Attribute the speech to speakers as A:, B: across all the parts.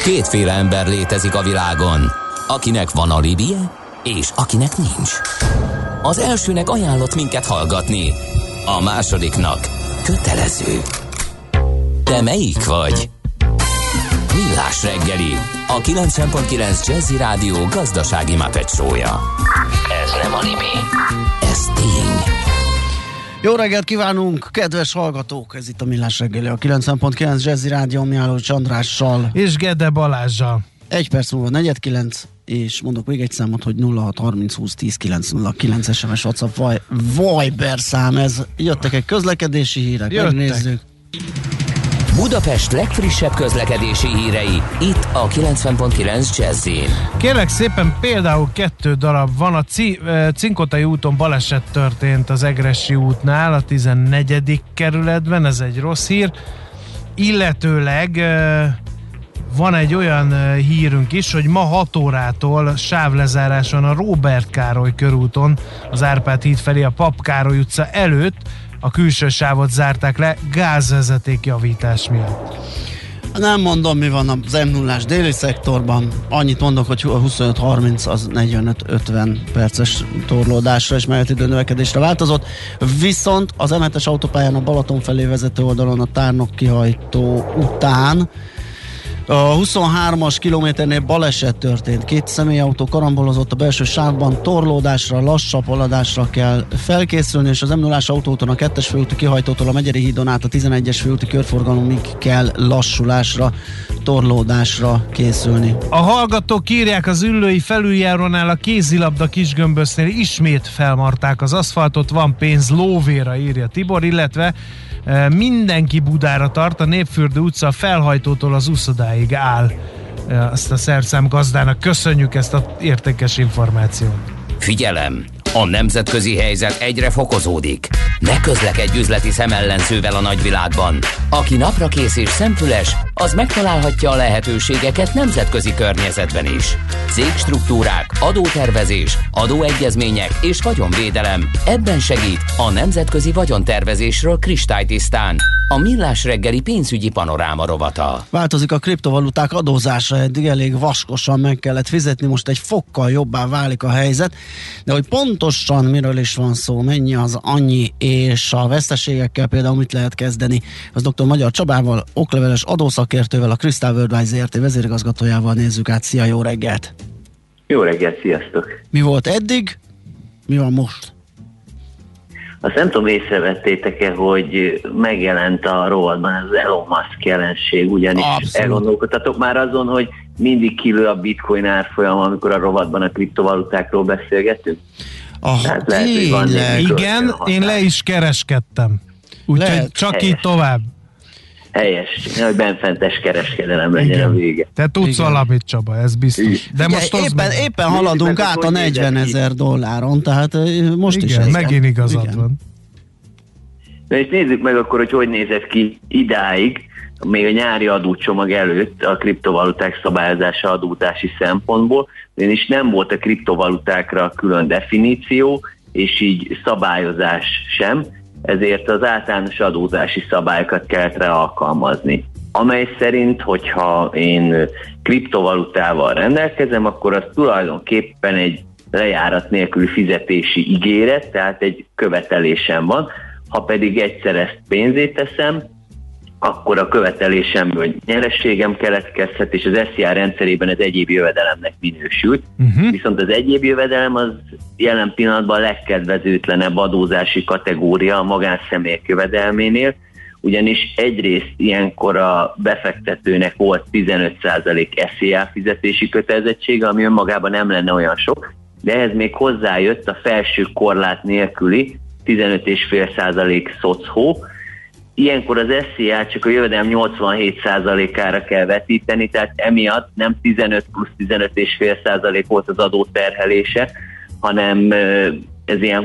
A: Kétféle ember létezik a világon, akinek van alibije, és akinek nincs. Az elsőnek ajánlott minket hallgatni, a másodiknak kötelező. Te melyik vagy? Millás reggeli, a 90.9 Jazzy Rádió gazdasági Muppet show-ja. Ez nem anime, ez tény.
B: Jó reggelt kívánunk, kedves hallgatók! Ez itt a Millás reggeli, a 90.9 Jazzy Rádió, Mihálovics Andrással
C: és Gede Balázsal.
B: 1 perc múlva 4:09, és mondok még egy számot, hogy 0630201009 SMS, WhatsApp, Viber szám, ez. Jöttek egy közlekedési hírek, megnézzük.
A: Budapest legfrissebb közlekedési hírei, itt a 90.9 Jazzyn.
C: Kérlek szépen, például 2 darab van. A Cinkotai úton baleset történt az Egressy útnál, a 14. kerületben, ez egy rossz hír. Illetőleg van egy olyan hírünk is, hogy ma 6 órától sávlezárás van a Róbert Károly körúton, az Árpád híd felé a Pap Károly utca előtt. A külső sávot zárták le gázvezeték javítás miatt.
B: Nem mondom, mi van az M0-ás déli szektorban. Annyit mondok, hogy a 25-30 az 45-50 perces torlódásra és menetidő növekedésre változott. Viszont az M7-es autópályán a Balaton felé vezető oldalon a Tárnok kihajtó után a 23-as kilométernél baleset történt. 2 személyautó karambolozott a belső sávban, torlódásra, lassabb haladásra kell felkészülni, és az M0-ás autóton a 2-es főúti kihajtótól a Megyeri hídon át a 11-es főúti körforgalomig kell lassulásra, torlódásra készülni.
C: A hallgatók írják, az Üllői felüljárónál a kézilabda Kisgömbösznél ismét felmarták az aszfaltot, van pénz lóvéra, írja Tibor, illetve mindenki Budára tart, a Népfürdő utca a Felhajtótól az uszodáig áll. Azt a szerszám gazdának köszönjük ezt az értékes információt.
A: Figyelem! A nemzetközi helyzet egyre fokozódik. Ne közlekedj üzleti szemellenzővel a nagyvilágban. Aki naprakész és szemfüles, az megtalálhatja a lehetőségeket nemzetközi környezetben is. Cégstruktúrák, adótervezés, adóegyezmények és vagyonvédelem. Ebben segít a nemzetközi vagyontervezésről kristálytisztán a Millás reggeli pénzügyi panoráma rovata.
B: Változik a kriptovaluták adózása, eddig elég vaskosan meg kellett fizetni, most egy fokkal jobbá válik a helyzet, de hogy pontosan miről is van szó, mennyi az annyi, és a veszteségekkel például mit lehet kezdeni, az dr. Magyar Csabával, okleveles adószakértővel, a Crystal Worldwide Zrt. Vezérigazgatójával nézzük át. Szia, jó reggelt!
D: Jó reggelt, sziasztok!
B: Mi volt eddig? Mi van most?
D: Azt nem tudom, észrevettétek-e, hogy megjelent a rovatban ez az Elon Musk jelenség, ugyanis elgondolkodtatok már azon, hogy mindig kilő a bitcoin árfolyam, amikor a rovatban a kriptovalutákról beszélgetünk?
C: Lehet, igen, én le is kereskedtem. Úgyhogy csak helyes. Így tovább.
D: Helyes, hogy benfentes kereskedelem legyen a vége.
C: Te tudsz valamit, Csaba, ez biztos. De most
B: éppen haladunk át a $40,000, tehát most
C: igen,
B: is ez.
C: Megint igazad van.
D: Na és nézzük meg akkor, hogy nézett ki idáig, még a nyári adócsomag előtt a kriptovaluták szabályozása adózási szempontból, ugyanis nem volt a kriptovalutákra külön definíció, és így szabályozás sem, ezért az általános adózási szabályokat kellett rá alkalmazni. Amely szerint, hogyha én kriptovalutával rendelkezem, akkor az tulajdonképpen egy lejárat nélküli fizetési ígéret, tehát egy követelésem van. Ha pedig egyszer ezt pénzé teszem, akkor a követelésemből nyerességem keletkezhet, és az SZIA rendszerében ez egyéb jövedelemnek minősült. Viszont az egyéb jövedelem az jelen pillanatban a legkedvezőtlenebb adózási kategória a magánszemélyek jövedelménél, ugyanis egyrészt ilyenkor a befektetőnek volt 15% SZIA fizetési kötelezettsége, ami önmagában nem lenne olyan sok, de ehhez még hozzájött a felső korlát nélküli 15,5% szocó. Ilyenkor az SZIA csak a jövedelem 87%-ára kell vetíteni, tehát emiatt nem 15 plusz 15,5% volt az adóterhelése, hanem ez ilyen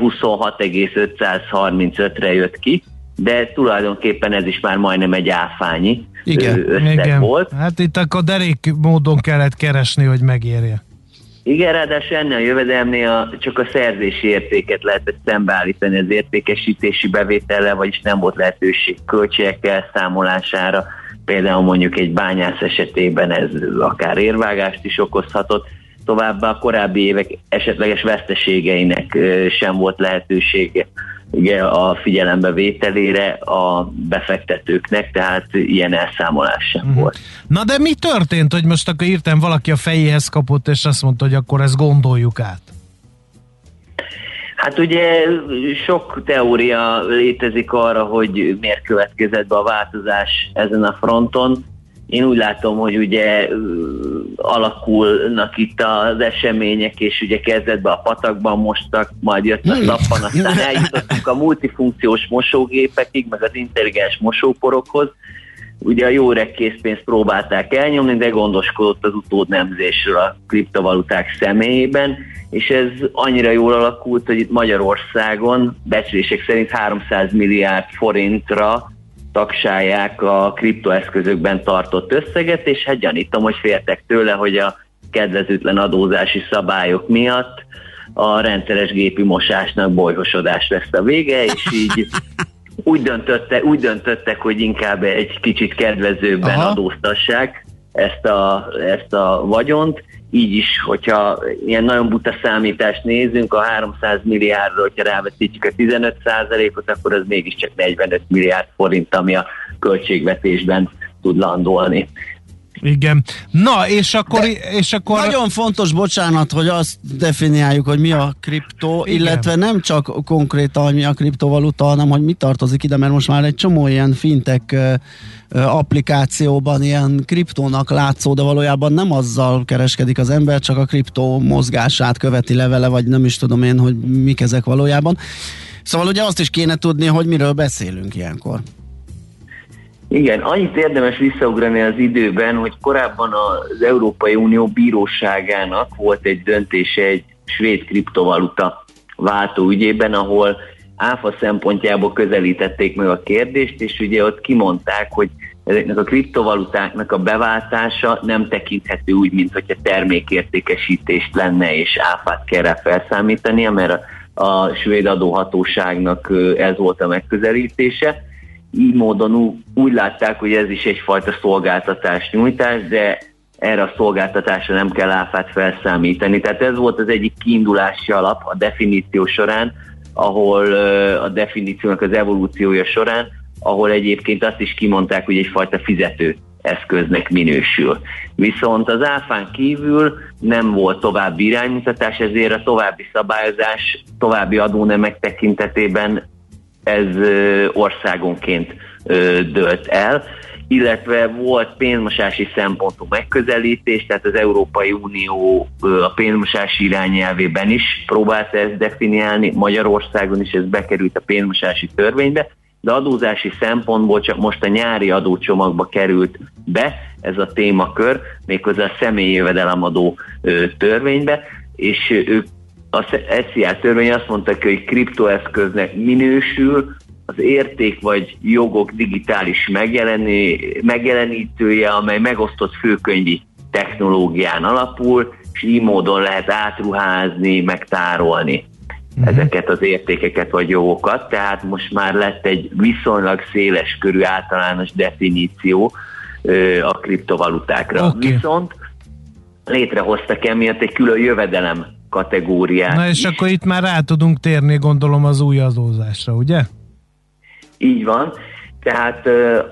D: 26,535-re jött ki, de tulajdonképpen ez is már majdnem egy áfányi összeg volt.
C: Hát itt akkor derék módon kellett keresni, hogy megérje.
D: Igen, ráadásul ennél a jövedelmnél csak a szerzési értéket lehetett szembeállítani az értékesítési bevétellel, vagyis nem volt lehetőség költségek elszámolására, például mondjuk egy bányász esetében ez akár érvágást is okozhatott, továbbá a korábbi évek esetleges veszteségeinek sem volt lehetősége ugye a figyelembe vételére a befektetőknek, tehát ilyen elszámolás sem volt.
C: Na de mi történt, hogy most akkor írtam valaki a fejéhez kapott, és azt mondta, hogy akkor ezt gondoljuk át?
D: Hát ugye sok teória létezik arra, hogy miért következett be a változás ezen a fronton. Én úgy látom, hogy ugye alakulnak itt az események, és ugye kezdetben a patakban mostak, majd jött a szappan, aztán eljutottunk a multifunkciós mosógépekig, meg az intelligens mosóporokhoz. Ugye a jó öreg készpénzt próbálták elnyomni, de gondoskodott az utódnemzésről a kriptovaluták személyében, és ez annyira jól alakult, hogy itt Magyarországon becslések szerint 300 milliárd forintra tagsálják a kriptoeszközökben tartott összeget, és hát gyanítom, hogy féltek tőle, hogy a kedvezőtlen adózási szabályok miatt a rendszeres gépi mosásnak bolyhosodás lesz a vége, és így úgy döntöttek, hogy inkább egy kicsit kedvezőbben adóztassák ezt a vagyont. Így is, hogyha ilyen nagyon buta számítást nézünk, a 300 milliárdra, hogyha rávetítjük a 15%-ot, akkor az mégiscsak 45 milliárd forint, ami a költségvetésben tud landolni.
C: Igen. Na, és akkor...
B: Nagyon fontos, bocsánat, hogy azt definiáljuk, hogy mi a kriptó, illetve nem csak konkrétan mi a kriptovaluta, hanem hogy mi tartozik ide, mert most már egy csomó ilyen fintech applikációban ilyen kriptónak látszó, de valójában nem azzal kereskedik az ember, csak a kriptó mozgását követi levele, vagy nem is tudom én, hogy mik ezek valójában. Szóval ugye azt is kéne tudni, hogy miről beszélünk ilyenkor.
D: Igen, annyit érdemes visszaugrani az időben, hogy korábban az Európai Unió bíróságának volt egy döntése egy svéd kriptovaluta váltó ügyében, ahol áfa szempontjából közelítették meg a kérdést, és ugye ott kimondták, hogy ezeknek a kriptovalutáknak a beváltása nem tekinthető úgy, mint hogyha termékértékesítést lenne, és áfát kell rá felszámítania, mert a svéd adóhatóságnak ez volt a megközelítése. Így módon úgy látták, hogy ez is egyfajta szolgáltatás nyújtás, de erre a szolgáltatásra nem kell áfát felszámítani. Tehát ez volt az egyik kiindulási alap a definíció során, ahol a definíciónak az evolúciója során, ahol egyébként azt is kimondták, hogy egyfajta fizető eszköznek minősül. Viszont az áfán kívül nem volt további iránymutatás, ezért a további szabályozás, további adónemek tekintetében ez országonként dőlt el, illetve volt pénzmosási szempontú megközelítés, tehát az Európai Unió a pénzmosási irányelvében is próbálta ezt definiálni, Magyarországon is ez bekerült a pénzmosási törvénybe, de adózási szempontból csak most a nyári adócsomagba került be ez a témakör, méghozzá a személyi jövedelemadó törvénybe, és ők a SZIA törvény azt mondta, hogy kriptoeszköznek minősül az érték vagy jogok digitális megjelenítője, amely megosztott főkönyvi technológián alapul, és így módon lehet átruházni, megtárolni ezeket az értékeket vagy jogokat. Tehát most már lett egy viszonylag széles körű általános definíció a kriptovalutákra. Okay. Viszont létrehoztak emiatt egy külön jövedelem kategóriát.
C: Na és is. Akkor itt már rá tudunk térni, gondolom, az új adózásra, ugye?
D: Így van. Tehát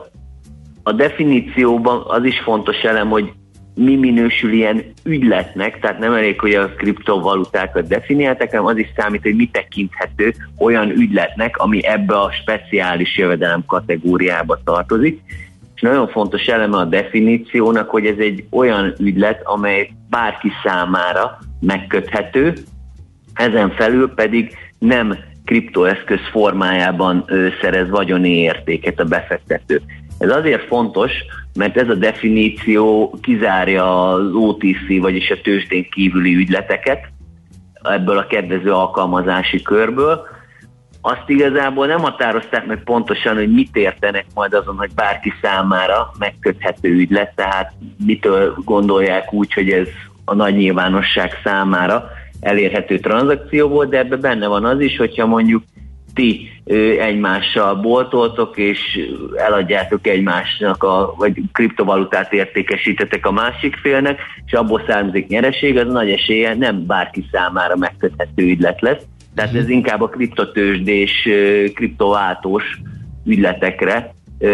D: a definícióban az is fontos elem, hogy mi minősül ilyen ügyletnek, tehát nem elég, hogy a kriptovalutákat definiáltak, hanem az is számít, hogy mi tekinthető olyan ügyletnek, ami ebbe a speciális jövedelem kategóriába tartozik. És nagyon fontos eleme a definíciónak, hogy ez egy olyan ügylet, amely bárki számára megköthető, ezen felül pedig nem kriptoeszköz formájában szerez vagyoni értéket a befektető. Ez azért fontos, mert ez a definíció kizárja az OTC, vagyis a tőzsdén kívüli ügyleteket ebből a kedvező alkalmazási körből. Azt igazából nem határozták meg pontosan, hogy mit értenek majd azon, hogy bárki számára megköthető ügylet, tehát mitől gondolják úgy, hogy ez a nagy nyilvánosság számára elérhető tranzakció volt, de ebben benne van az is, hogyha mondjuk ti egymással boltoltok, és eladjátok egymásnak, vagy kriptovalutát értékesítetek a másik félnek, és abból származik nyereség, az nagy esélye nem bárki számára megköthető ügylet lesz. Tehát ez inkább a kriptotőzsdés, kriptováltós ügyletekre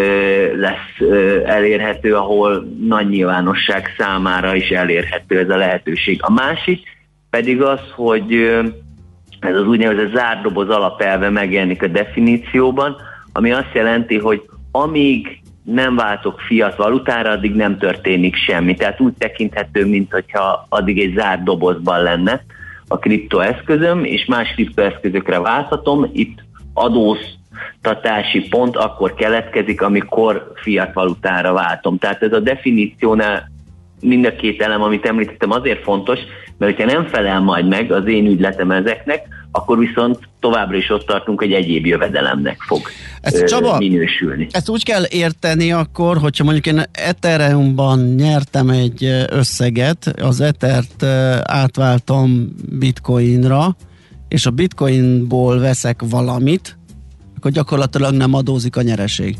D: lesz elérhető, ahol nagy nyilvánosság számára is elérhető ez a lehetőség. A másik pedig az, hogy ez az úgynevezett zárt doboz alapelve megjelenik a definícióban, ami azt jelenti, hogy amíg nem váltok fiat valutára, addig nem történik semmi. Tehát úgy tekinthető, mintha addig egy zárt dobozban lenne a kriptoeszközöm, és más kriptoeszközökre válthatom. Itt adóztatási pont akkor keletkezik, amikor fiat valutára váltom. Tehát ez a definíciónál mind a két elem, amit említettem, azért fontos, mert hogyha nem felel majd meg az én ügyletem ezeknek, akkor viszont továbbra is ott tartunk, hogy egyéb jövedelemnek fog minősülni.
B: Ezt úgy kell érteni akkor, hogyha mondjuk én Ethereumban nyertem egy összeget, az Ethert átváltom Bitcoinra, és a Bitcoinból veszek valamit, akkor gyakorlatilag nem adózik a nyereség.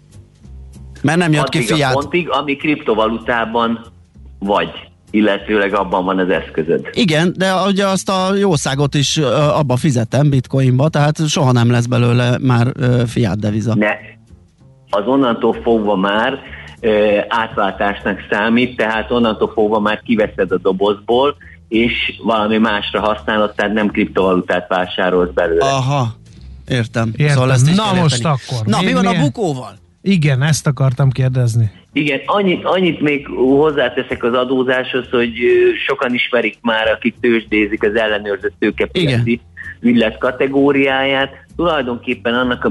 B: Mert nem jött ki fiát.
D: Pontig, ami kriptovalutában vagy, illetőleg abban van az eszközöd.
B: Igen, de ugye azt a jószágot is abba fizetem Bitcoinba, tehát soha nem lesz belőle már fiat deviza.
D: Ne. Az onnantól fogva már átváltásnak számít, tehát onnantól fogva már kiveszed a dobozból, és valami másra használod, tehát nem kriptovalutát vásárolsz belőle.
B: Aha, értem.
C: Szóval ezt is most akkor.
B: Na, mi van a bukóval?
C: Igen, ezt akartam kérdezni.
D: Igen, annyit még hozzáteszek az adózáshoz, hogy sokan ismerik már, akik tőzsdézik az ellenőrzött tőkepiaci ügylet kategóriáját. Tulajdonképpen annak a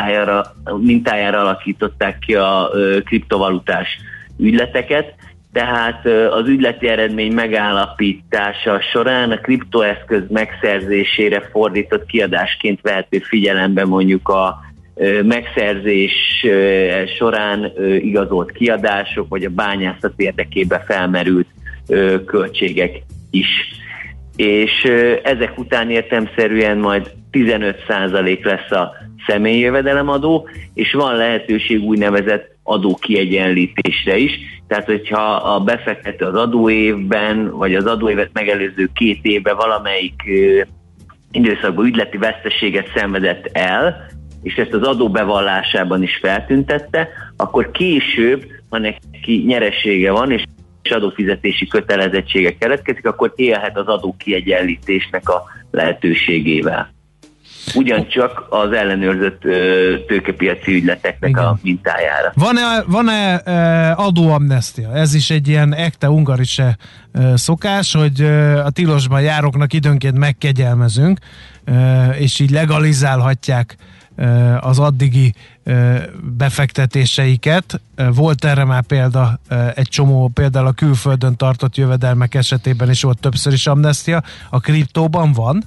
D: mintájára alakították ki a kriptovalutás ügyleteket, tehát az ügyleti eredmény megállapítása során a kriptoeszköz megszerzésére fordított kiadásként vehető figyelembe mondjuk a megszerzés során igazolt kiadások, vagy a bányászat érdekében felmerült költségek is. És ezek után értelemszerűen majd 15% lesz a személyi jövedelemadó, és van lehetőség úgynevezett adókiegyenlítésre is. Tehát, hogyha a befektető az adóévben, vagy az adóévet megelőző 2 évben valamelyik időszakban ügyleti veszteséget szenvedett el, és ezt az adóbevallásában is feltüntette, akkor később, ha neki nyeresége van, és adófizetési kötelezettsége keletkezik, akkor élhet az adókiegyenlítésnek a lehetőségével. Ugyancsak az ellenőrzött tőkepiaci ügyleteknek a mintájára.
C: Van-e adóamnestia? Ez is egy ilyen ecte ungarise szokás, hogy a tilosban járóknak időnként megkegyelmezünk, és így legalizálhatják az addigi befektetéseiket. Volt erre már példa, egy csomó, például a külföldön tartott jövedelmek esetében is volt többször is amnestia. A kriptóban van?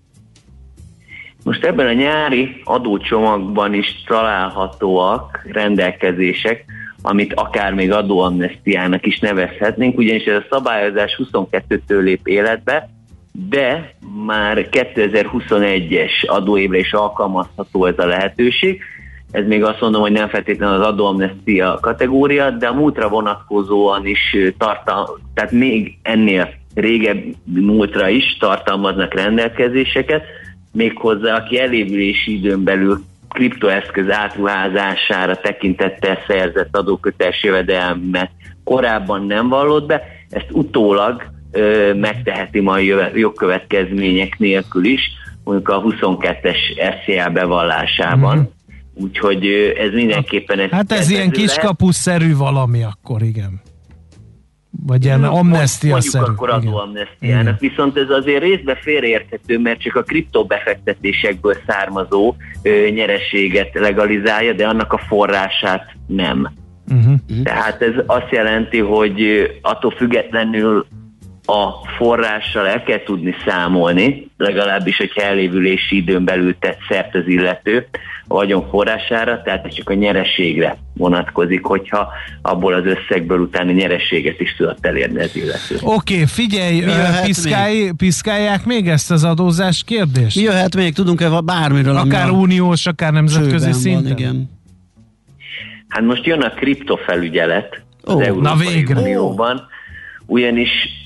D: Most ebben a nyári adócsomagban is találhatóak rendelkezések, amit akár még adóamnesztiának is nevezhetnénk, ugyanis ez a szabályozás 22-től lép életbe, de már 2021-es adóévre is alkalmazható ez a lehetőség. Ez még azt mondom, hogy nem feltétlenül az adóamnesztia kategória, de a múltra vonatkozóan is tehát még ennél régebbi múltra is tartalmaznak rendelkezéseket, méghozzá aki elévülési időn belül kriptoeszköz átruházására tekintettel szerzett adóköteles jövedelmet korábban nem vallott be, ezt utólag megteheti majd jogkövetkezmények nélkül is, mondjuk a 22-es SZIA bevallásában. Úgyhogy ez mindenképpen...
C: Hát ez ilyen kiskapuszerű valami akkor, igen. Vagy ilyen amnesztia-szerű.
D: Mondjuk akkor adóamnesztiának, viszont ez azért részben félreérthető, mert csak a kriptobefektetésekből származó nyereséget legalizálja, de annak a forrását nem. Tehát ez azt jelenti, hogy attól függetlenül a forrással el kell tudni számolni, legalábbis, hogyha elévülési időn belül tett szert az illető a vagyon forrására, tehát ez csak a nyereségre vonatkozik, hogyha abból az összegből utána nyereséget is tudott elérni az illető.
C: Oké, figyelj, piszkálják még ezt az adózás kérdést?
B: Mi jöhet még? Tudunk-e bármiről?
C: Akár uniós, akár nemzetközi szinten?
B: Van, igen.
D: Hát most jön a kriptofelügyelet az Európai Unióban, ugyanis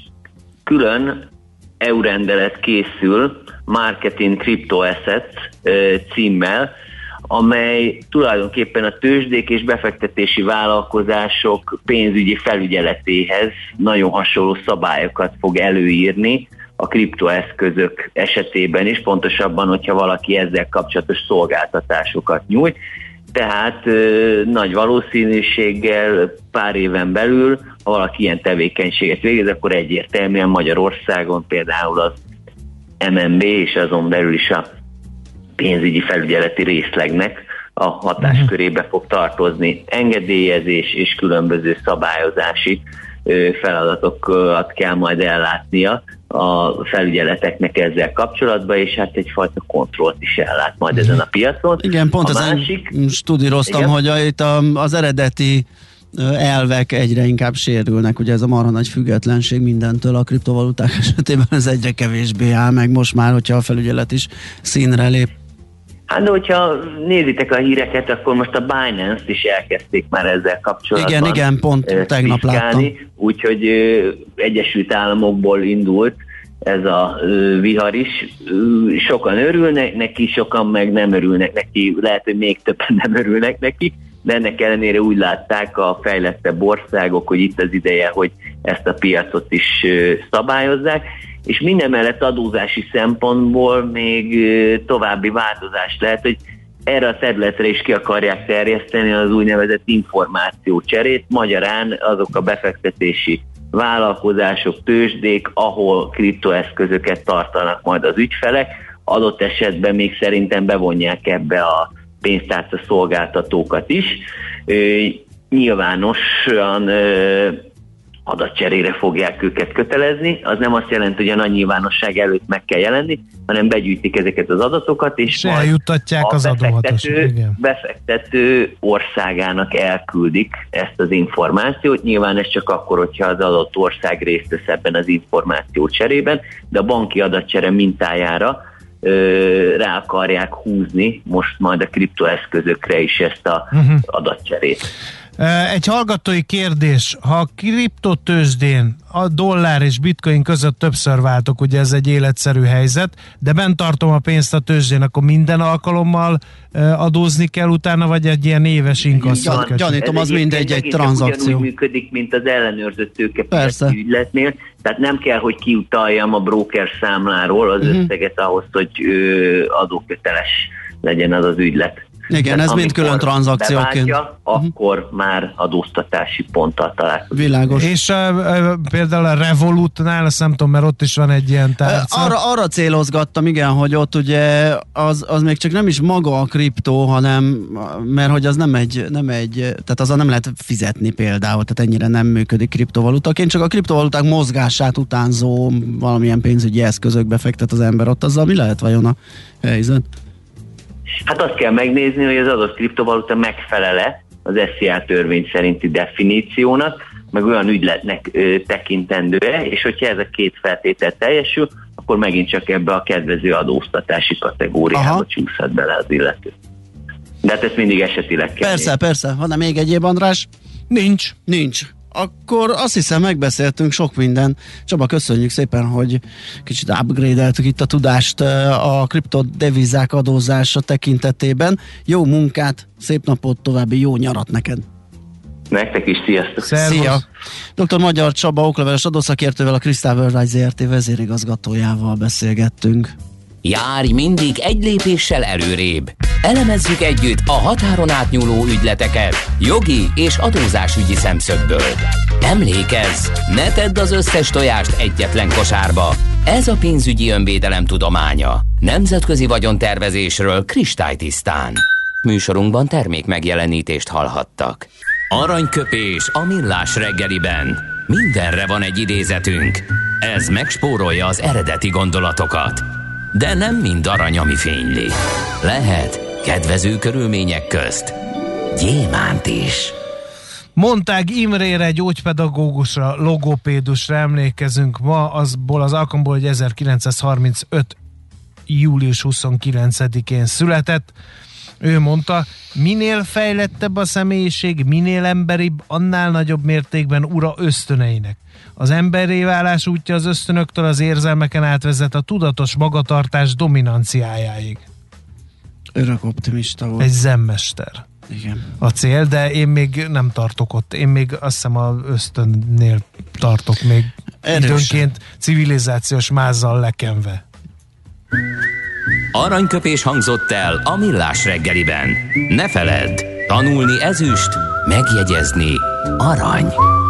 D: külön EU rendelet készül Marketing Crypto Assets címmel, amely tulajdonképpen a tőzsdék és befektetési vállalkozások pénzügyi felügyeletéhez nagyon hasonló szabályokat fog előírni a kriptoeszközök esetében is, pontosabban, hogyha valaki ezzel kapcsolatos szolgáltatásokat nyújt. Tehát nagy valószínűséggel pár éven belül, ha valaki ilyen tevékenységet végez, akkor egyértelműen Magyarországon például az MNB és azon belül is a pénzügyi felügyeleti részlegnek a hatáskörébe fog tartozni. Engedélyezés és különböző szabályozási feladatokat kell majd ellátnia a felügyeleteknek ezzel kapcsolatban, és hát egyfajta kontrollt is ellát majd ezen a piacon.
B: Igen, pont ezen studíroztam, hogy itt az eredeti elvek egyre inkább sérülnek, ugye ez a marha nagy függetlenség mindentől a kriptovaluták esetében ez egyre kevésbé áll meg most már, hogyha a felügyelet is színre lép.
D: Hát de hogyha nézitek a híreket, akkor most a Binance-t is elkezdték már ezzel kapcsolatban.
B: Igen, pont tegnap láttam.
D: Úgyhogy Egyesült Államokból indult ez a vihar is. Sokan örülnek neki, sokan meg nem örülnek neki, lehet, hogy még többen nem örülnek neki, de ennek ellenére úgy látták a fejlettebb országok, hogy itt az ideje, hogy ezt a piacot is szabályozzák, és mindemellett adózási szempontból még további változás lehet, hogy erre a területre is ki akarják terjeszteni az úgynevezett információcserét, magyarán azok a befektetési vállalkozások, tőzsdék, ahol kriptoeszközöket tartanak majd az ügyfelek, adott esetben még szerintem bevonják ebbe a pénztárca szolgáltatókat is. Nyilvánosan adatcserére fogják őket kötelezni, az nem azt jelenti, hogy a nagy nyilvánosság előtt meg kell jelenni, hanem begyűjtik ezeket az adatokat, és
C: eljuttatják az
D: befektető országának elküldik ezt az információt. Nyilván ez csak akkor, hogyha az adott ország részt vesz ebben az információ cserében, de a banki adatcsere mintájára rá akarják húzni most majd a kriptoeszközökre is ezt az adatcserét.
C: Egy hallgatói kérdés, ha a kriptotőzsdén a dollár és bitcoin között többször váltok, ugye ez egy életszerű helyzet, de bent tartom a pénzt a tőzsdén, akkor minden alkalommal adózni kell utána, vagy egy ilyen éves inkasszat?
B: Gyanítom, az mindegy egy tranzakció.
D: Ugyanúgy működik, mint az ellenőrzött tőkepiaci ügyletnél, tehát nem kell, hogy kiutaljam a broker számláról az összeget ahhoz, hogy adóköteles legyen az az ügylet.
B: Igen, ez mind külön tranzakcióként.
D: Akkor már adóztatási ponttal találkozik.
B: Világos.
C: És például a Revolutnál, azt nem tudom, mert ott is van egy ilyen tárca.
B: Arra célozgattam, igen, hogy ott ugye az még csak nem is maga a kriptó, hanem, mert hogy az nem egy, tehát azzal nem lehet fizetni például, tehát ennyire nem működik kriptovalutaként, csak a kriptovaluták mozgását utánzó valamilyen pénzügyi eszközökbe fektet az ember, ott azzal mi lehet vajon a helyzet?
D: Hát azt kell megnézni, hogy az adott kriptovaluta megfelele az SZIA törvény szerinti definíciónak, meg olyan ügyletnek tekintendő-e, és hogyha ez a két feltétel teljesül, akkor megint csak ebbe a kedvező adóztatási kategóriába csúszhat bele az illető. De hát ezt mindig esetileg kell.
B: Persze. Van-e még egyéb, András? Nincs. Akkor azt hiszem megbeszéltünk sok minden. Csaba, köszönjük szépen, hogy kicsit upgrade-eltük itt a tudást a kriptodevizák adózása tekintetében. Jó munkát, szép napot, további jó nyarat neked!
D: Nektek is, sziasztok!
B: Szia! Dr. Magyar Csaba okleveles adószakértővel, a Crystal Worldwide ZRT vezérigazgatójával beszélgettünk.
A: Járj mindig egy lépéssel előrébb. Elemezzük együtt a határon átnyúló ügyleteket jogi és adózásügyi szemszögből. Emlékezz, ne tedd az összes tojást egyetlen kosárba. Ez a pénzügyi önvédelem tudománya. Nemzetközi vagyontervezésről kristálytisztán. Műsorunkban termék megjelenítést hallhattak. Aranyköpés a millás reggeliben. Mindenre van egy idézetünk. Ez megspórolja az eredeti gondolatokat. De nem mind arany, ami fényli. Lehet kedvező körülmények közt gyémánt is.
C: Montág Imrére, gyógypedagógusra, logopédusra emlékezünk ma, azból az alkalomból, hogy 1935. július 29-én született. Ő mondta, minél fejlettebb a személyiség, minél emberibb, annál nagyobb mértékben ura ösztöneinek. Az emberré válás útja az ösztönöktől az érzelmeken átvezet a tudatos magatartás dominanciájáig.
B: Örök optimista volt.
C: Egy zenmester.
B: Igen.
C: A cél, de én még nem tartok ott. Én még azt hiszem az ösztönnél tartok még időnként civilizációs mázzal lekenve.
A: Aranyköpés hangzott el a Millás reggeliben. Ne feledd, tanulni ezüst, megjegyezni arany.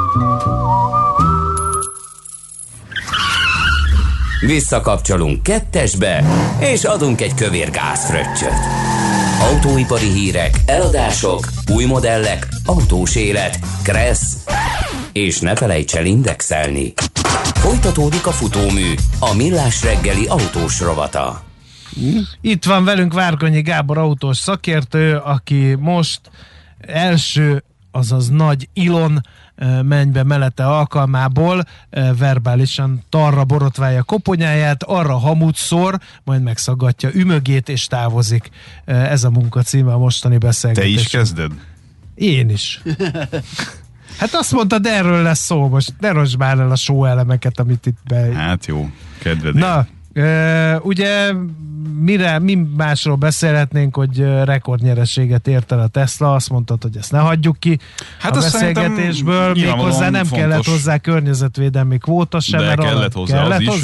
A: Visszakapcsolunk kettesbe, és adunk egy kövér gázfröccsöt. Autóipari hírek, eladások, új modellek, autós élet, kressz, és ne felejts el indexelni. Folytatódik a futómű, a Millás reggeli autós rovata.
C: Itt van velünk Várkonyi Gábor autós szakértő, aki most első, azaz nagy Ilon mennybe melete alkalmából verbálisan tarra borotválja koponyáját, arra hamut szór, majd megszaggatja ümögét és távozik. Ez a munka címe a mostani beszélgetés.
E: Te is kezded?
C: Én is. Hát azt mondtad, de erről lesz szó most. Ne rosd már el a show elemeket, amit itt be...
E: Hát jó, kedved.
C: Na, ugye mi másról beszélhetnénk, hogy rekordnyereséget ért el a Tesla, azt mondtad, hogy ezt ne hagyjuk ki
E: hát
C: a beszélgetésből, méghozzá nem fontos. Kellett hozzá környezetvédelmi kvóta sem,
E: de
C: mert
E: kellett hozzá az is.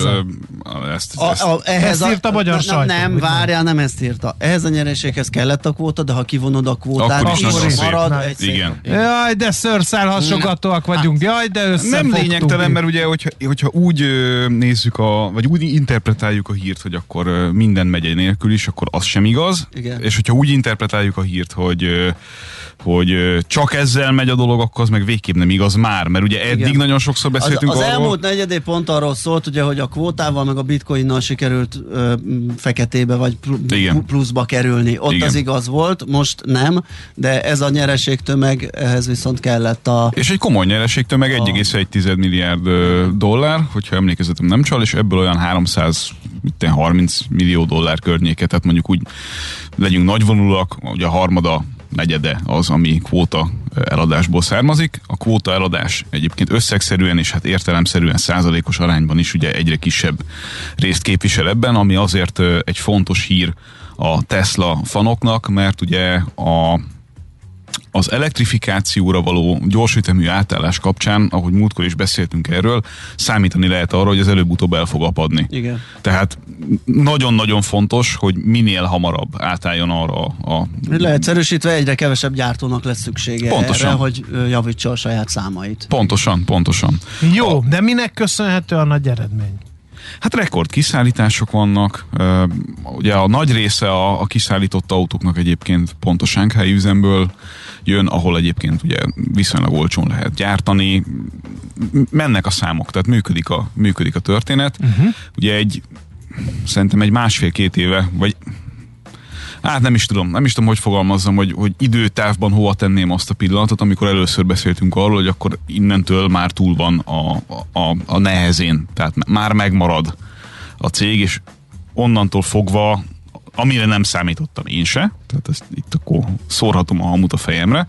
C: Ezt írta a magyar sajtó.
B: Nem, várjál, nem ezt írta. Ehhez a nyereséghez kellett a kvóta, de ha kivonod a kvótát,
E: akkor is
B: marad
E: egy igen.
C: Jaj, de szőrszálhasogatóak vagyunk, jaj, de
E: nem lényegtelen, mert ugye, hogyha úgy nézzük, vagy úgy interpretáljuk a hírt, hogy akkor minden megy nélkül is, akkor az sem igaz. Igen. És hogyha úgy interpretáljuk a hírt, hogy csak ezzel megy a dolog, akkor az meg végképp nem igaz már, mert ugye eddig igen. Nagyon sokszor beszéltünk
B: az
E: arról.
B: elmúlt negyedév pont arról szólt, ugye, hogy a kvótával meg a bitcoinnal sikerült feketébe vagy pluszba kerülni. Ott igen. Az igaz volt, most nem, de ez a nyereségtömeg, ehhez viszont kellett
E: És egy komoly nyereségtömeg, 1,1 milliárd dollár, hogyha emlékezetem nem csal, és ebből olyan 330 millió dollár környéke, tehát mondjuk úgy legyünk nagyvonulak, ugye a harmada, negyede az, ami kvóta eladásból származik. A kvóta eladás egyébként összegszerűen és hát értelemszerűen százalékos arányban is ugye egyre kisebb részt képvisel ebben, ami azért egy fontos hír a Tesla fanoknak, mert ugye az elektrifikációra való gyorsütemű átállás kapcsán, ahogy múltkor is beszéltünk erről, számítani lehet arra, hogy ez előbb-utóbb el fog apadni.
B: Igen.
E: Tehát nagyon-nagyon fontos, hogy minél hamarabb átálljon arra
B: Leegyszerűsítve egyre kevesebb gyártónak lesz szüksége pontosan. Erre, hogy javítsa a saját számait.
E: Pontosan.
C: Jó, de minek köszönhető a nagy eredmény?
E: Hát rekord kiszállítások vannak, ugye a nagy része a kiszállított autóknak egyébként pont a Shanghai üzemből jön, ahol egyébként ugye viszonylag olcsón lehet gyártani, mennek a számok, tehát működik a történet. Ugye szerintem egy 1,5-2 éve, vagy hát nem is tudom, hogy fogalmazzam, hogy időtávban hova tenném azt a pillanatot, amikor először beszéltünk arról, hogy akkor innentől már túl van a nehezén, tehát már megmarad a cég, és onnantól fogva, amire nem számítottam én se, tehát itt akkor szórhatom a hamut a fejemre,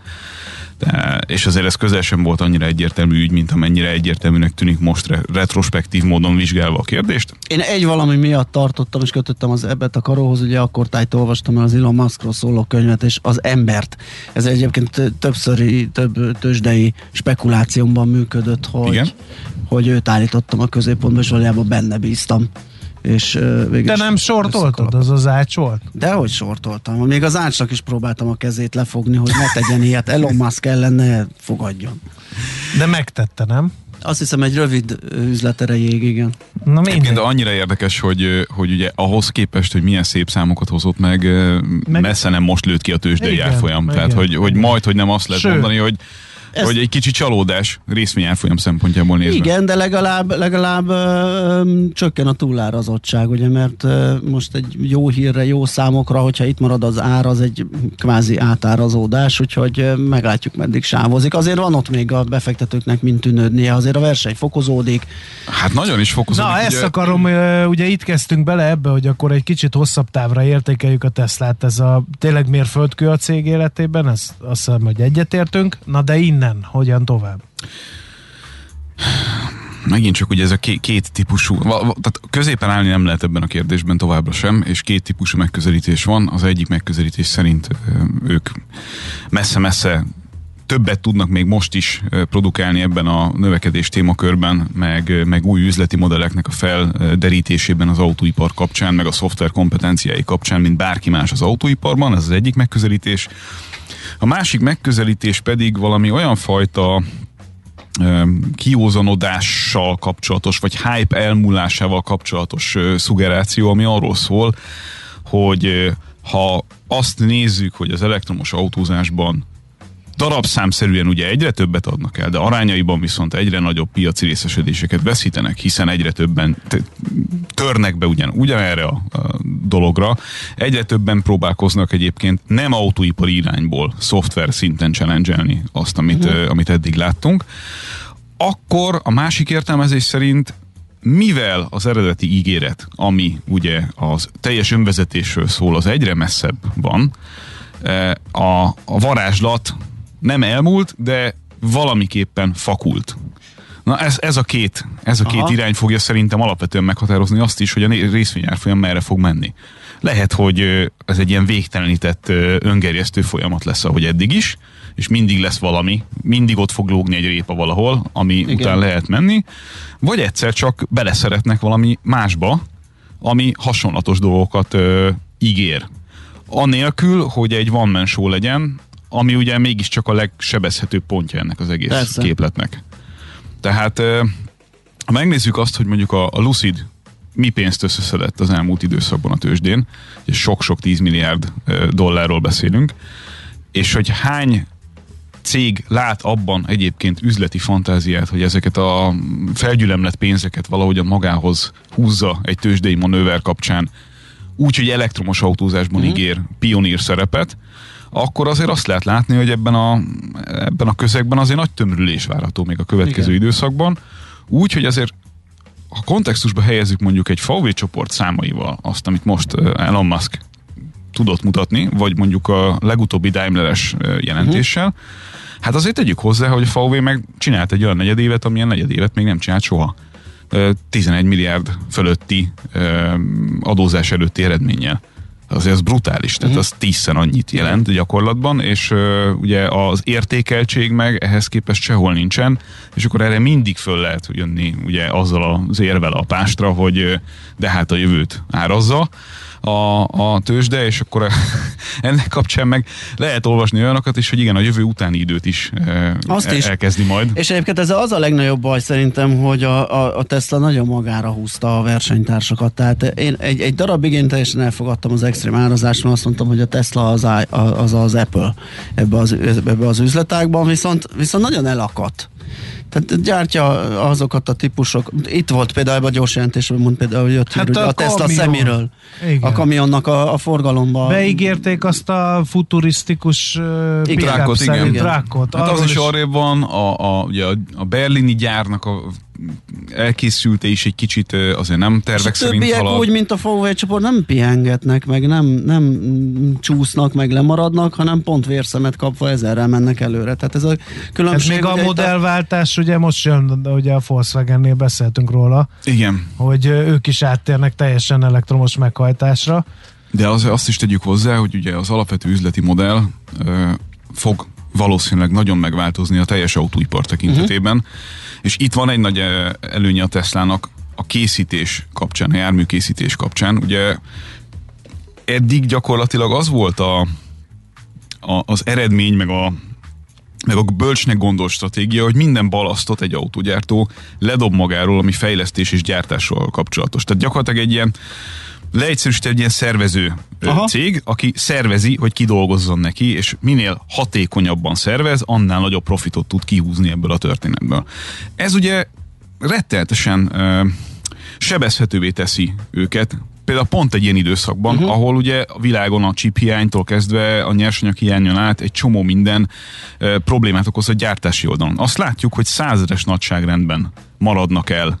E: és azért ez közel sem volt annyira egyértelmű ügy, mint amennyire egyértelműnek tűnik most retrospektív módon vizsgálva a kérdést.
B: Én egy valami miatt tartottam, és kötöttem az ebbet a karóhoz, ugye akkor tájt olvastam el az Elon Muskról szóló könyvet, és az embert. Ez egyébként több tőzsdei spekulációmban működött, hogy őt állítottam a középpontba, és valójában benne bíztam. És
C: de nem sortoltad? Az ács volt?
B: Dehogy sortoltam. Még az ácsnak is próbáltam a kezét lefogni, hogy ne tegyen ilyet. Elon Musk ellen ne fogadjon.
C: De megtette, nem?
B: Azt hiszem egy rövid üzleterejéig, igen.
C: Na
E: de annyira érdekes, hogy ugye ahhoz képest, hogy milyen szép számokat hozott meg messze nem most lőtt ki a tőzsdei árfolyam. Tehát, hogy majd, hogy nem azt lehet mondani, Vagy egy kicsi csalódás részvényárfolyam szempontjából nézve.
B: Igen, de legalább csökken a túlárazottság, ugye, mert most egy jó hírre, jó számokra, hogyha itt marad az ár, az egy kvázi átárazódás, úgyhogy meglátjuk, meddig sávozik. Azért van ott még a befektetőknek mint tűnődnie, azért a verseny fokozódik.
E: Hát nagyon is fokozódik.
C: Na,
E: ugye...
C: ezt akarom, ugye itt kezdtünk bele ebbe, hogy akkor egy kicsit hosszabb távra értékeljük a Teslát. Ez a tényleg mérföldkő a cég életében, ezt azt hiszem, hogy egyetértünk. Na de innen, hogyan tovább?
E: Megint csak ugye ez a két típusú, tehát középen állni nem lehet ebben a kérdésben továbbra sem, és két típusú megközelítés van. Az egyik megközelítés szerint ők messze-messze többet tudnak még most is produkálni ebben a növekedés témakörben, meg új üzleti modelleknek a felderítésében az autóipar kapcsán, meg a szoftver kompetenciái kapcsán, mint bárki más az autóiparban. Ez az egyik megközelítés. A másik megközelítés pedig valami olyan fajta kiózanodással kapcsolatos, vagy hype elmúlásával kapcsolatos szuggeráció, ami arról szól, hogy ha azt nézzük, hogy az elektromos autózásban darabszámszerűen ugye egyre többet adnak el, de arányaiban viszont egyre nagyobb piaci részesedéseket veszítenek, hiszen egyre többen törnek be ugyanerre a dologra, egyre többen próbálkoznak egyébként nem autóipari irányból szoftver szinten challenge-elni azt, amit eddig láttunk. Akkor a másik értelmezés szerint, mivel az eredeti ígéret, ami ugye az teljes önvezetésről szól, az egyre messzebb van, a varázslat nem elmúlt, de valamiképpen fakult. Na ez a két irány fogja szerintem alapvetően meghatározni azt is, hogy a részvényárfolyam merre fog menni. Lehet, hogy ez egy ilyen végtelenített öngerjesztő folyamat lesz, ahogy eddig is, és mindig lesz valami, mindig ott fog lógni egy répa valahol, ami igen, után lehet menni, vagy egyszer csak beleszeretnek valami másba, ami hasonlatos dolgokat ígér. Anélkül, hogy egy one-man show legyen, ami ugye mégiscsak a legsebezhetőbb pontja ennek az egész Persze. képletnek. Tehát ha megnézzük azt, hogy mondjuk a Lucid mi pénzt összeszedett az elmúlt időszakban a tőzsdén, és sok-sok 10 milliárd dollárról beszélünk, és hogy hány cég lát abban egyébként üzleti fantáziát, hogy ezeket a felgyülemlett pénzeket valahogyan magához húzza egy tőzsdei manőver kapcsán, úgy, hogy elektromos autózásban ígér pionír szerepet, akkor azért azt lehet látni, hogy ebben a közegben azért nagy tömörülés várható még a következő időszakban. Úgy, hogy azért ha kontextusba helyezzük mondjuk egy VW csoport számaival azt, amit most Elon Musk tudott mutatni, vagy mondjuk a legutóbbi Daimler-es jelentéssel, hát azért tegyük hozzá, hogy a VW meg csinált egy olyan negyedévet, amilyen negyedévet még nem csinált soha. 11 milliárd fölötti adózás előtti eredménnyel. Azért az brutális, tehát az 10-szer annyit jelent gyakorlatban, és ugye az értékeltség meg ehhez képest sehol nincsen, és akkor erre mindig föl lehet jönni ugye azzal az érvel a pástra, hogy de hát a jövőt árazza a tőzsde, és akkor ennek kapcsán meg lehet olvasni olyanokat is, hogy igen, a jövő utáni időt is, elkezdi majd. És
B: egyébként ez az a legnagyobb baj szerintem, hogy a Tesla nagyon magára húzta a versenytársakat. Tehát én egy darabig én teljesen elfogadtam az extrém árazást, mert azt mondtam, hogy a Tesla az Apple ebbe az üzletágban, viszont nagyon elakadt. Tehát gyártja azokat a típusok. Itt volt például ebben a gyors jelentésben, mond például, hogy jött a Tesla Semiről. A kamionnak a forgalomba.
C: Beígérték azt a futurisztikus trákot.
E: Hát az is arrébb van, ugye a berlini gyárnak a elkészülte is egy kicsit azért nem tervek szerint halad.
B: Többiek úgy, mint a VW csoport, nem pihengetnek, meg nem csúsznak, meg lemaradnak, hanem pont vérszemet kapva ezerrel mennek előre. Tehát ez a különbség.
C: Hát még a modellváltás, ugye most jön, ugye a Volkswagennél beszéltünk róla.
E: Igen.
C: Hogy ők is áttérnek teljesen elektromos meghajtásra.
E: De azt is tegyük hozzá, hogy ugye az alapvető üzleti modell fog valószínűleg nagyon megváltozni a teljes autóipar tekintetében, és itt van egy nagy előnye a Teslának a készítés kapcsán, a járműkészítés kapcsán. Ugye eddig gyakorlatilag az volt az eredmény, meg a bölcsnek gondolt stratégia, hogy minden balasztot egy autógyártó ledob magáról, ami fejlesztés és gyártással kapcsolatos. Tehát gyakorlatilag egy ilyen leegyszerűsítve egy ilyen szervező cég, aki szervezi, hogy ki dolgozzon neki, és minél hatékonyabban szervez, annál nagyobb profitot tud kihúzni ebből a történetből. Ez ugye rettenetesen sebezhetővé teszi őket, például pont egy ilyen időszakban, ahol ugye a világon a chip hiánytól kezdve a nyersanyag hiányon át egy csomó minden problémát okoz a gyártási oldalon. Azt látjuk, hogy 100-es nagyságrendben maradnak el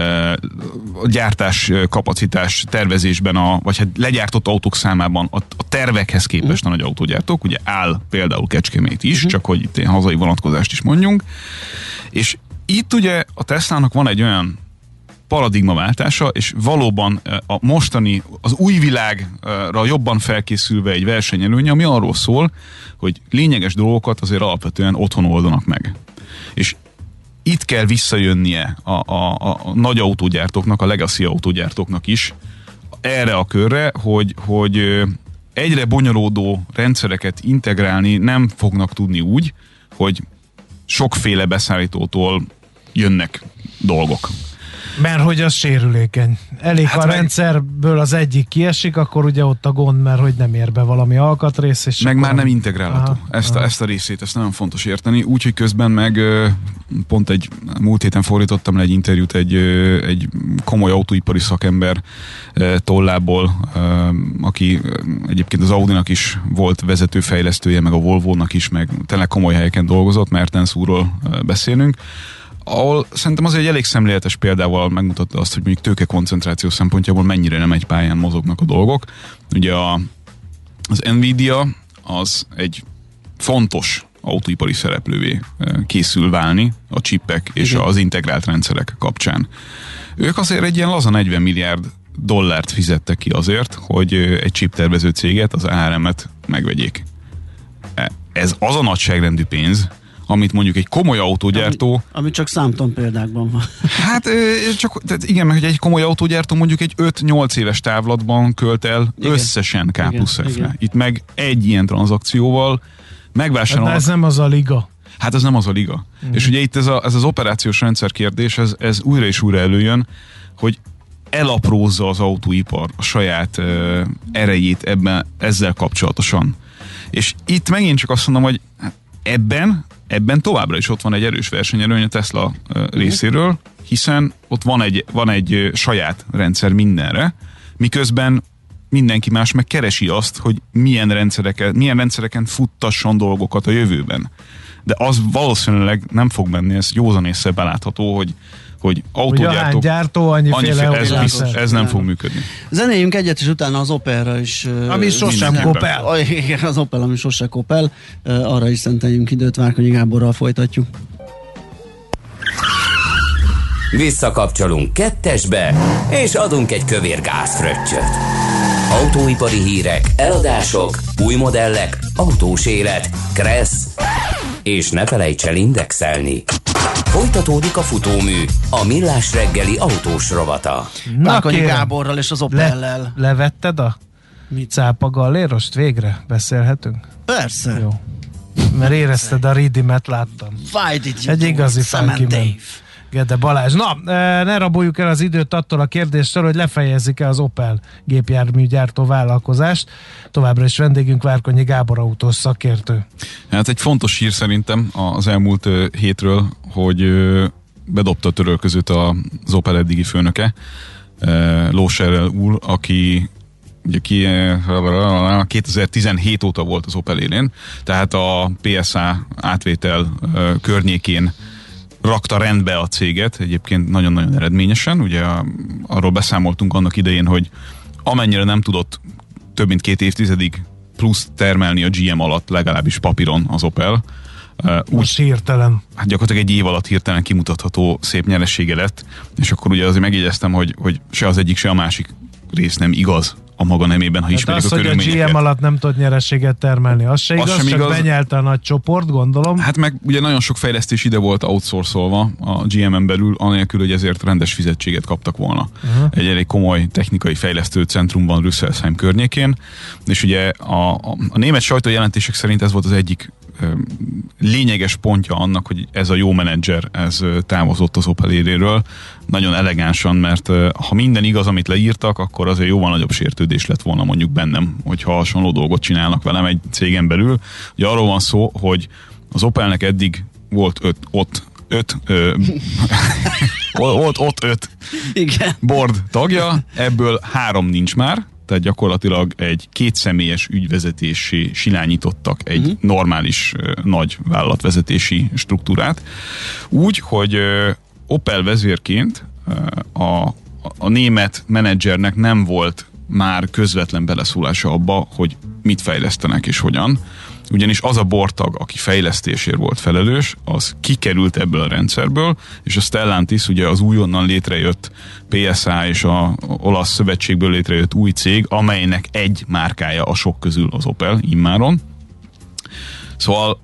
E: a gyártás kapacitás tervezésben, vagy hát legyártott autók számában a tervekhez képest a nagy autógyártók, ugye áll például Kecskemét is, csak hogy itt ilyen hazai vonatkozást is mondjunk, és itt ugye a Teslának van egy olyan paradigmaváltása, és valóban a mostani, az új világra jobban felkészülve egy versenyelőnye, ami arról szól, hogy lényeges dolgokat azért alapvetően otthon oldanak meg. És itt kell visszajönnie a nagy autógyártóknak, a legacy autógyártóknak is erre a körre, hogy egyre bonyolódó rendszereket integrálni nem fognak tudni úgy, hogy sokféle beszállítótól jönnek dolgok.
C: Mert hogy az sérülékeny. Elég, hát a rendszerből az egyik kiesik, akkor ugye ott a gond, mert hogy nem ér be valami alkatrész. És
E: meg már nem integrálható. Ezt a részét, ezt nagyon fontos érteni. Úgyhogy közben meg pont múlt héten fordítottam le egy interjút egy komoly autóipari szakember tollából, aki egyébként az Audinak is volt vezetőfejlesztője, meg a Volvo-nak is, meg tényleg komoly helyeken dolgozott, Mertens úrról beszélünk, ahol szerintem azért egy elég szemléletes példával megmutatta azt, hogy mondjuk tőkekoncentráció szempontjából mennyire nem egy pályán mozognak a dolgok. Ugye az Nvidia az egy fontos autóipari szereplővé készül válni a chipek és az integrált rendszerek kapcsán. Ők azért egy ilyen laza 40 milliárd dollárt fizettek ki azért, hogy egy chiptervező céget, az ARM-et megvegyék. Ez az a nagyságrendű pénz, amit mondjuk egy komoly autógyártó... Ami
B: csak számtalan példákban van.
E: Hát tehát igen, mert egy komoly autógyártó mondjuk egy 5-8 éves távlatban költ el összesen K+F-re. Itt meg egy ilyen tranzakcióval megvásárolnak...
C: Hát ez nem az a liga.
E: Hát ez nem az a liga. És ugye itt ez az operációs rendszer kérdés, ez újra és újra előjön, hogy elaprózza az autóipar a saját erejét ezzel kapcsolatosan. És itt megint csak azt mondom, hogy ebben továbbra is ott van egy erős versenyelőny a Tesla részéről, hiszen ott van egy saját rendszer mindenre, miközben mindenki más meg keresi azt, hogy milyen rendszereken futtasson dolgokat a jövőben. De az valószínűleg nem fog menni, ez józan észre belátható, hogy autógyártók...
C: gyártó,
E: ez nem fog működni.
B: Zenéljünk egyet, és utána az Opelra is...
C: Ami sosem kopel.
B: Igen, az Opel, ami sosem kopel. Arra is szenteljünk időt, Várkonyi Gáborral folytatjuk.
A: Visszakapcsolunk 2-esbe, és adunk egy kövér gázfröccsöt. Autóipari hírek, eladások, új modellek, autós élet, kressz, és ne felejts el indexelni. Folytatódik a futómű, a Millás reggeli autós rovata.
B: Várkonyi Gáborral és az Opellel.
C: Levetted a cápa gallérost? Végre beszélhetünk?
B: Persze.
C: Jó. Mert érezted a ridimet, láttam. Egy igazi funky Gede Balázs. Na, ne raboljuk el az időt attól a kérdéstől, hogy lefejezzük-e az Opel gépjárműgyártó vállalkozást. Továbbra is vendégünk Várkonyi Gábor autós szakértő.
E: Hát egy fontos hír szerintem az elmúlt hétről, hogy bedobta a törölközőt az Opel eddigi főnöke, Lóser úr, aki ugye 2017 óta volt az Opel élén, tehát a PSA átvétel környékén rakta rendbe a céget, egyébként nagyon-nagyon eredményesen. Ugye arról beszámoltunk annak idején, hogy amennyire nem tudott több mint 2 évtizedig plusz termelni a GM alatt, legalábbis papíron az Opel.
C: Most hirtelen.
E: Hát gyakorlatilag egy év alatt hirtelen kimutatható szép nyeressége lett, és akkor ugye azért megjegyeztem, hogy se az egyik, se a másik rész nem igaz a maga nemében, ha ismerik a körülményeket.
C: Az, hogy a GM alatt nem tud nyereséget termelni, az se igaz, csak benyelte a nagy csoport, gondolom.
E: Hát meg ugye nagyon sok fejlesztés ide volt outsourcolva a GM-en belül, anélkül, hogy ezért rendes fizetséget kaptak volna. Egy elég komoly technikai fejlesztő centrum van Rüsselsheim környékén, és ugye a német sajtójelentések szerint ez volt az egyik lényeges pontja annak, hogy ez a jó menedzser, ez távozott az Opel éréről, nagyon elegánsan, mert ha minden igaz, amit leírtak, akkor azért jóval nagyobb sértődés lett volna mondjuk bennem, hogyha hasonló dolgot csinálnak velem egy cégen belül. Ugye arról van szó, hogy az Opelnek eddig volt öt
B: Igen.
E: board tagja, ebből 3 nincs már, tehát gyakorlatilag egy 2 személyes ügyvezetési silányítottak egy normális nagy vállalatvezetési struktúrát. Úgy, hogy Opel vezérként a német menedzsernek nem volt már közvetlen beleszólása abba, hogy mit fejlesztenek és hogyan. Ugyanis az a bortag, aki fejlesztésért volt felelős, az kikerült ebből a rendszerből, és a Stellantis, ugye az újonnan létrejött PSA és a olasz szövetségből létrejött új cég, amelynek egy márkája a sok közül az Opel immáron. Szóval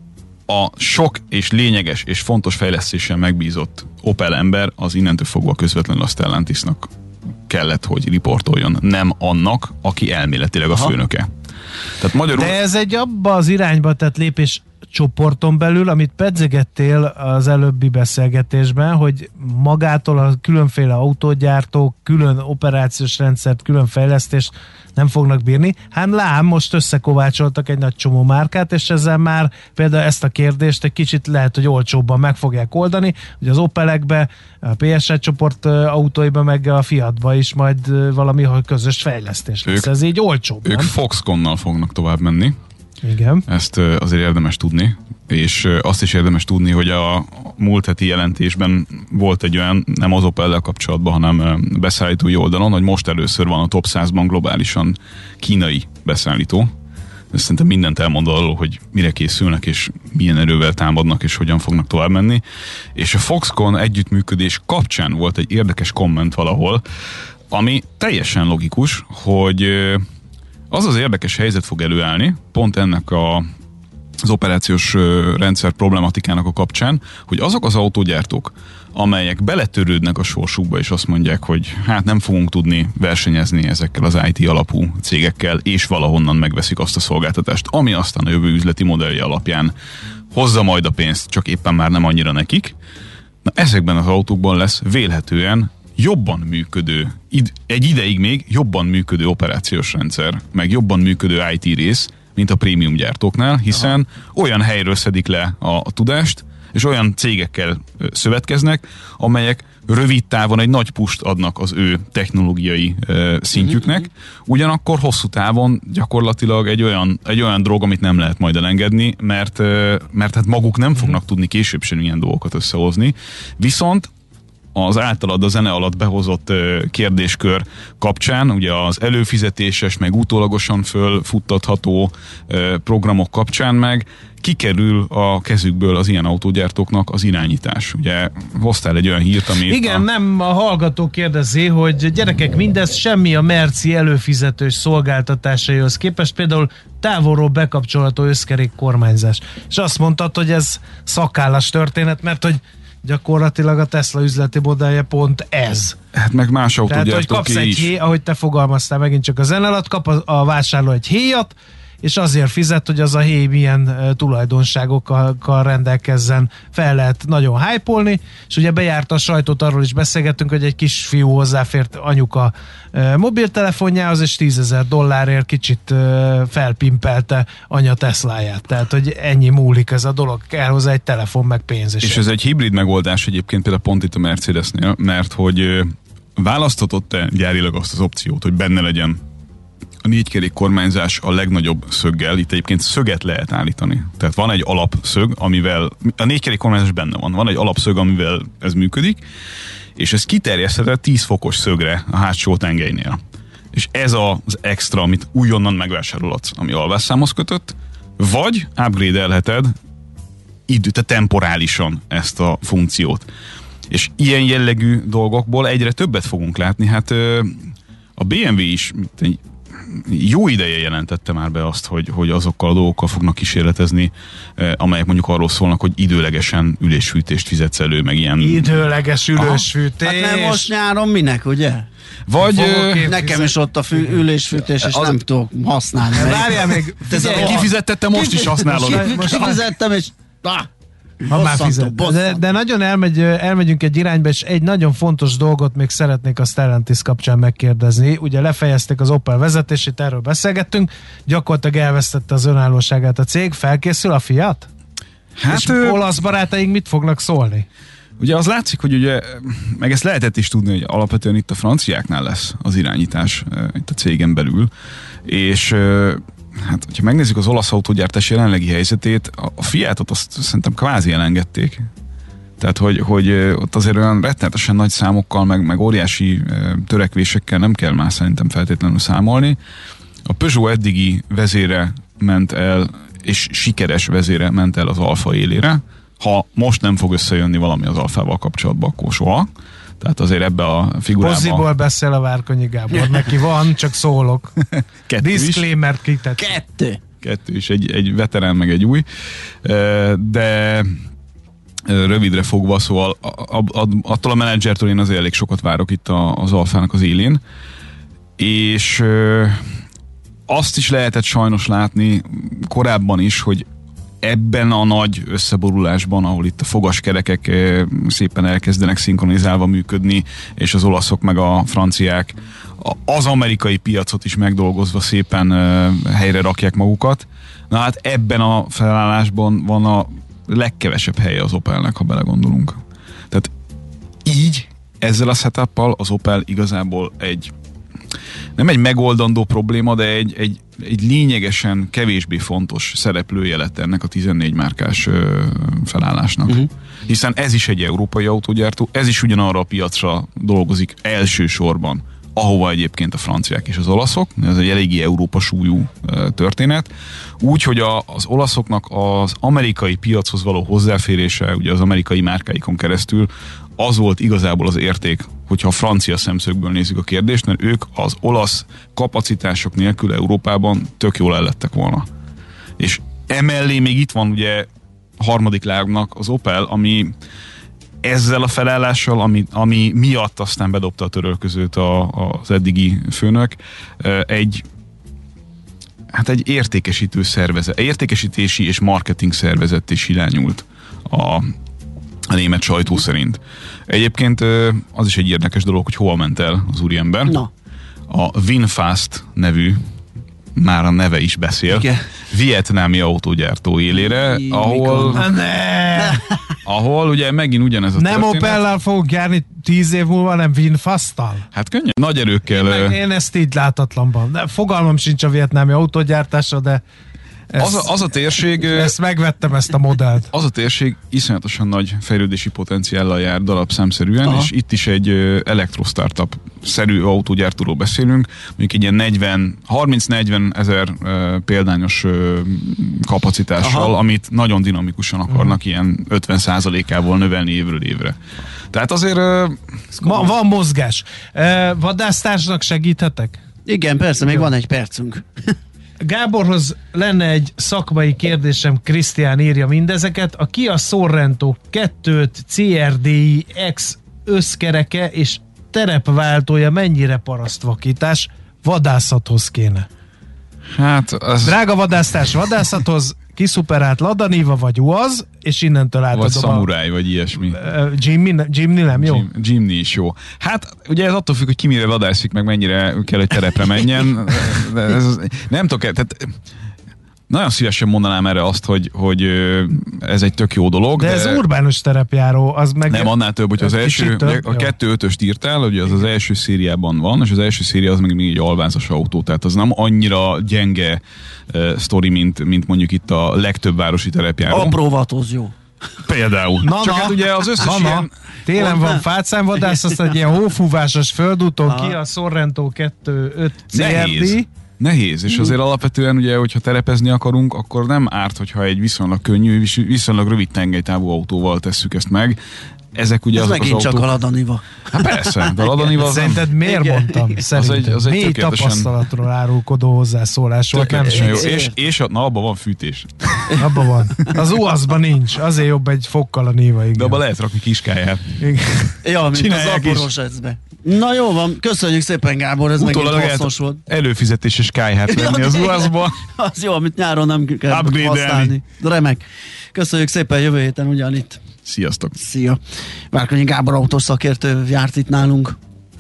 E: a sok és lényeges és fontos fejlesztéssel megbízott Opel ember az innentől fogva közvetlenül a Stellantisnak kellett, hogy riportoljon, nem annak, aki elméletileg a főnöke. Tehát magyarul...
C: De ez egy abba az irányba tett lépés csoporton belül, amit pedzegettél az előbbi beszélgetésben, hogy magától a különféle autógyártók külön operációs rendszert, külön fejlesztést nem fognak bírni. Hát lám, most összekovácsoltak egy nagy csomó márkát, és ezzel már például ezt a kérdést egy kicsit lehet, hogy olcsóbban meg fogják oldani, hogy az Opelekbe, a PSA csoport autóiba, meg a Fiatba is majd valami közös fejlesztés lesz. Ez így olcsóbb.
E: Ők Foxconnnal fognak tovább menni.
C: Igen.
E: Ezt azért érdemes tudni, és azt is érdemes tudni, hogy a múlt heti jelentésben volt egy olyan, nem az Opel-lel kapcsolatban, hanem beszállítói oldalon, hogy most először van a top 100-ban globálisan kínai beszállító. Ez szerintem mindent elmond arról, hogy mire készülnek, és milyen erővel támadnak, és hogyan fognak tovább menni. És a Foxconn együttműködés kapcsán volt egy érdekes komment valahol, ami teljesen logikus, hogy az érdekes helyzet fog előállni, pont ennek az operációs rendszer problematikának a kapcsán, hogy azok az autógyártók, amelyek beletörődnek a sorsukba, és azt mondják, hogy hát nem fogunk tudni versenyezni ezekkel az IT alapú cégekkel, és valahonnan megveszik azt a szolgáltatást, ami aztán a jövő üzleti modellje alapján hozza majd a pénzt, csak éppen már nem annyira nekik. Na, ezekben az autókban lesz vélhetően jobban működő, egy ideig még jobban működő operációs rendszer, meg jobban működő IT rész, mint a prémium gyártóknál, hiszen olyan helyről szedik le a tudást, és olyan cégekkel szövetkeznek, amelyek rövid távon egy nagy pust adnak az ő technológiai szintjüknek, ugyanakkor hosszú távon gyakorlatilag egy olyan drog, amit nem lehet majd elengedni, mert hát maguk nem fognak tudni később sem ilyen dolgokat összehozni. Viszont az általad a zene alatt behozott kérdéskör kapcsán, ugye az előfizetéses, meg utólagosan fölfuttatható programok kapcsán meg kikerül a kezükből az ilyen autógyártóknak az irányítás. Ugye hoztál egy olyan hírt, ami...
C: Igen, nem, a hallgató kérdezi, hogy gyerekek, mindez semmi a Merci előfizetős szolgáltatásaihoz képest, például távolról bekapcsolható összkerék kormányzás. És azt mondtad, hogy ez szakállas történet, mert hogy gyakorlatilag a Tesla üzleti modellje pont ez.
E: Hát meg más autógyártóké is.
C: Tehát, hogy kapsz egy ahogy te fogalmaztál megint csak a zene alatt, kap a vásárló egy héjat, és azért fizet, hogy az a héj milyen tulajdonságokkal rendelkezzen, fel lehet nagyon hype-olni, és ugye bejárt a sajtót, arról is beszélgettünk, hogy egy kisfiú hozzáfért anyuka mobiltelefonjához, és $10,000 kicsit felpimpelte anya Tesláját. Tehát, hogy ennyi múlik ez a dolog, kell hozzá egy telefon, meg pénz.
E: És ez egy hibrid megoldás egyébként például pont itt a Mercedesnél, mert hogy választhatott-e gyárilag azt az opciót, hogy benne legyen a 4-kerék kormányzás a legnagyobb szöggel, itt egyébként szöget lehet állítani. Tehát van egy alapszög, amivel a 4-kerék kormányzás benne van egy alapszög, amivel ez működik, és ez kiterjeszthetett 10 fokos szögre a hátsó tengelynél. És ez az extra, amit újonnan megvásárolhatsz, ami alvásszámhoz kötött, vagy upgrade-elheted tehát temporálisan ezt a funkciót. És ilyen jellegű dolgokból egyre többet fogunk látni. Hát a BMW is jó ideje jelentette már be azt, hogy azokkal a dolgokkal fognak kísérletezni, amelyek mondjuk arról szólnak, hogy időlegesen ülésfűtést fizetsz elő, meg ilyen...
C: Időleges ülésfűtés.
B: Hát nem most nyáron minek, ugye?
E: Vagy...
B: Nekem is ott a ülésfűtés, és nem tudok használni.
C: Várjál még!
E: Kifizettette, most is használod.
B: Kifizettem, és...
C: Ha már fizet. De nagyon elmegyünk egy irányba, és egy nagyon fontos dolgot még szeretnék a Stellantis kapcsán megkérdezni. Ugye lefejezték az Opel vezetését, erről beszélgettünk, gyakorlatilag elvesztette az önállóságát a cég, felkészül a Fiat? Hát és olasz barátaink mit fognak szólni?
E: Ugye az látszik, hogy ugye, meg ezt lehetett is tudni, hogy alapvetően itt a franciáknál lesz az irányítás itt a cégen belül, és hát, hogyha megnézzük az olasz autógyártás jelenlegi helyzetét, a Fiatot azt szerintem kvázi elengedték. Tehát, hogy ott azért olyan rettenetesen nagy számokkal, meg óriási törekvésekkel nem kell már szerintem feltétlenül számolni. A Peugeot eddigi vezére ment el, és sikeres vezére ment el az Alfa élére. Ha most nem fog összejönni valami az Alfával kapcsolatban, akkor soha. Tehát azért ebbe a figurában...
C: Poziból beszél a Várkonyi Gábor, neki van, csak szólok. Disclaimer-t kitett.
B: Kettő
E: is, egy veterán, meg egy új. De rövidre fogva, szóval attól a menedzsertől én azért elég sokat várok itt az Alfának az élén. És azt is lehetett sajnos látni korábban is, hogy ebben a nagy összeborulásban, ahol itt a fogaskerekek szépen elkezdenek szinkronizálva működni, és az olaszok meg a franciák az amerikai piacot is megdolgozva szépen helyre rakják magukat. Na hát ebben a felállásban van a legkevesebb helye az Opelnek, ha belegondolunk. Tehát így, ezzel a setuppal az Opel igazából nem egy megoldandó probléma, de egy lényegesen kevésbé fontos szereplője lett ennek a 14 márkás felállásnak. Hiszen ez is egy európai autógyártó, ez is ugyanarra a piacra dolgozik elsősorban, ahova egyébként a franciák és az olaszok, ez egy eléggé Európa súlyú történet. Úgyhogy az olaszoknak az amerikai piachoz való hozzáférése, ugye az amerikai márkáikon keresztül, az volt igazából az érték, hogyha a francia szemszögből nézzük a kérdést, mert ők az olasz kapacitások nélkül Európában tök jól ellettek volna. És emellé még itt van ugye harmadik lábnak az Opel, ami ezzel a felállással, ami miatt aztán bedobta a törölközőt az eddigi főnök, egy értékesítő szervezet, értékesítési és marketing szervezet is irányult a német sajtó szerint. Egyébként az is egy érdekes dolog, hogy hova ment el az úriember.
B: Na.
E: A Winfast nevű, már a neve is beszél,
B: igen,
E: vietnámi autógyártó élére, ahol ugye megint ugyanez a
C: nem
E: történet.
C: Opellel fogok járni 10 év múlva, nem Winfast-tal?
E: Hát könnyen, nagy erőkkel.
C: Én ezt így látatlanban. De fogalmam sincs a vietnámi autógyártásra, de
E: az a térség...
C: Ezt megvettem, ezt a modellt.
E: Az a térség iszonyatosan nagy fejlődési potenciállal jár darabszámszerűen, és itt is egy elektrostartup-szerű autógyártóról beszélünk, mondjuk egy ilyen 30-40 ezer példányos kapacitással, aha, amit nagyon dinamikusan akarnak ilyen 50%-ával növelni évről évre. Tehát azért...
C: van mozgás. Vadásztársnak segíthetek?
B: Igen, persze, még van egy percünk.
C: Gáborhoz lenne egy szakmai kérdésem, Krisztián írja mindezeket. A Kia Sorrento 2 CRDI X összkereke és terepváltója mennyire parasztvakítás? Vadászathoz kéne.
E: Hát az...
C: Drága vadásztárs, vadászathoz kiszuperált Lada Niva vagy UAZ, és innentől átadom.
E: Vagy Samurai, vagy ilyesmi.
C: Jimny nem jó?
E: Jimny is jó. Hát ugye ez attól függ, hogy ki mire vadászik, meg mennyire kell, hogy terepre menjen. Nem tudok, tehát nagyon szívesen mondanám erre azt, hogy ez egy tök jó dolog.
C: De ez urbánus terepjáró, az meg...
E: Nem, annál több, hogy az első, a 2.5-öst írtál, ugye az első szériában van, és az első széria az még egy alvázas autó, tehát az nem annyira gyenge sztori, mint mondjuk itt a legtöbb városi terepjáró.
B: Apróvatóz jó.
E: Például. Csak hát ugye az összes ilyen...
C: Télen van fácánvadász, azt egy ilyen hófúvásos földúton ki a Sorrento 2.5 CRD.
E: Nehéz, és azért alapvetően ugye, hogyha terepezni akarunk, akkor nem árt, hogyha egy viszonylag könnyű, viszonylag rövid tengelytávú autóval tesszük ezt meg. Ezek ugye
B: ez
E: azok
B: megint
E: az autók...
B: csak a Ladaniva.
E: Hát persze, de a Ladaniva az
C: szerinted miért mondtam? Szerintem
E: az egy
C: mély
E: tökéletesen...
C: tapasztalatról árulkodó hozzászólás volt.
E: Tökéletesen jó. És na, abban van fűtés.
C: Abban van. Az UAZ-ban nincs. Azért jobb egy fokkal a Niva, igen.
E: De abban lehet rakni kiskáját.
B: Ja, mint
E: Csinálják
B: az Aporos ecbe. Na jó van, köszönjük szépen, Gábor, ez megint hasznos volt.
E: Előfizetéses kájhát venni az UAZ-ból.
B: Az jó, amit nyáron nem kell használni. Remek. Köszönjük szépen, jövő héten ugyanitt.
E: Sziasztok.
B: Szia. Várkonyi Gábor autószakértő járt itt nálunk.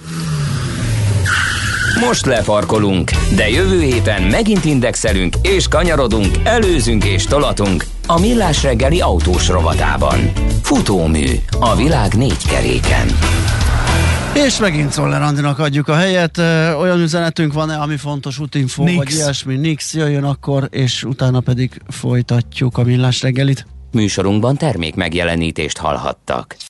A: Most lefarkolunk, de jövő héten megint indexelünk és kanyarodunk, előzünk és tolatunk a Millás reggeli autós rovatában. Futómű a világ 4 keréken.
B: És megint Czoller Andinak adjuk a helyet. Olyan üzenetünk van-e, ami fontos, útinfo, vagy ilyesmi? Nix, jöjjön akkor, és utána pedig folytatjuk a Millás reggelit.
A: Műsorunkban termék megjelenítést hallhattak.